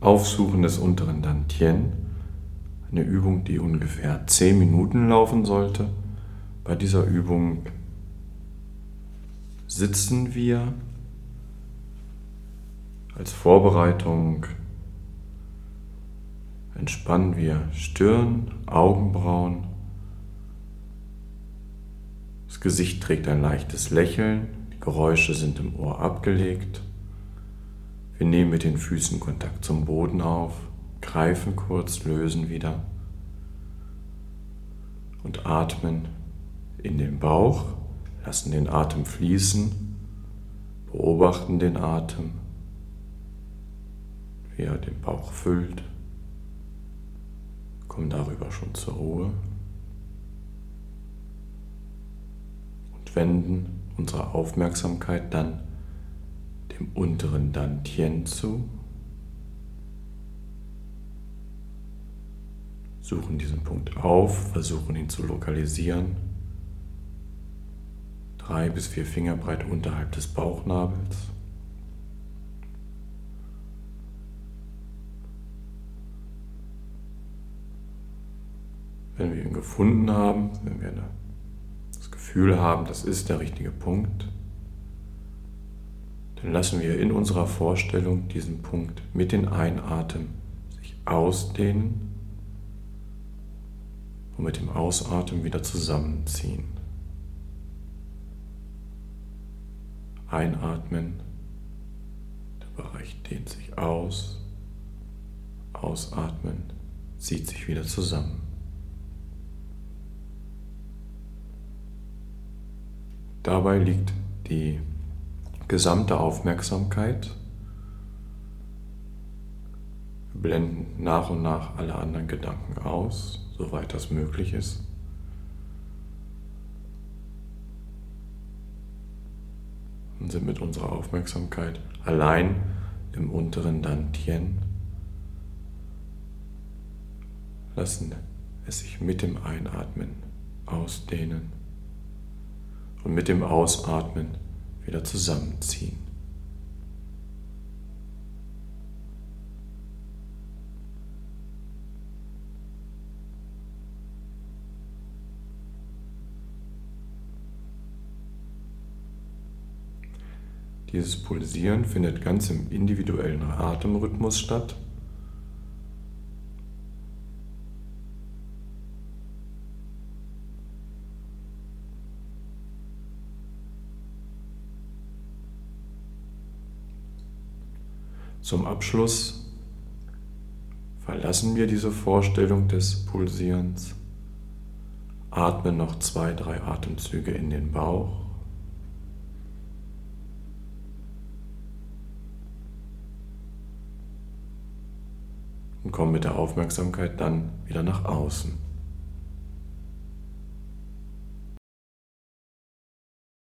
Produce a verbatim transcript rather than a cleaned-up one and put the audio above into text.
Aufsuchen des unteren Dantian, eine Übung, die ungefähr zehn Minuten laufen sollte. Bei dieser Übung sitzen wir. Als Vorbereitung entspannen wir Stirn, Augenbrauen. Das Gesicht trägt ein leichtes Lächeln, die Geräusche sind im Ohr abgelegt. Wir nehmen mit den Füßen Kontakt zum Boden auf, greifen kurz, lösen wieder und atmen in den Bauch, lassen den Atem fließen, beobachten den Atem, wie er den Bauch füllt, kommen darüber schon zur Ruhe und wenden unsere Aufmerksamkeit dann dem unteren Dantian zu. Suchen diesen Punkt auf, versuchen ihn zu lokalisieren. Drei bis vier Finger breit unterhalb des Bauchnabels. Wenn wir ihn gefunden haben, wenn wir das Gefühl haben, das ist der richtige Punkt, dann lassen wir in unserer Vorstellung diesen Punkt mit dem Einatmen sich ausdehnen und mit dem Ausatmen wieder zusammenziehen. Einatmen, der Bereich dehnt sich aus, ausatmen, zieht sich wieder zusammen. Dabei liegt die gesamte Aufmerksamkeit. Wir blenden nach und nach alle anderen Gedanken aus, soweit das möglich ist. Und sind mit unserer Aufmerksamkeit allein im unteren Dantian. Lassen es sich mit dem Einatmen ausdehnen und mit dem Ausatmen wieder zusammenziehen. Dieses Pulsieren findet ganz im individuellen Atemrhythmus statt. Zum Abschluss verlassen wir diese Vorstellung des Pulsierens, atmen noch zwei, drei Atemzüge in den Bauch und kommen mit der Aufmerksamkeit dann wieder nach außen.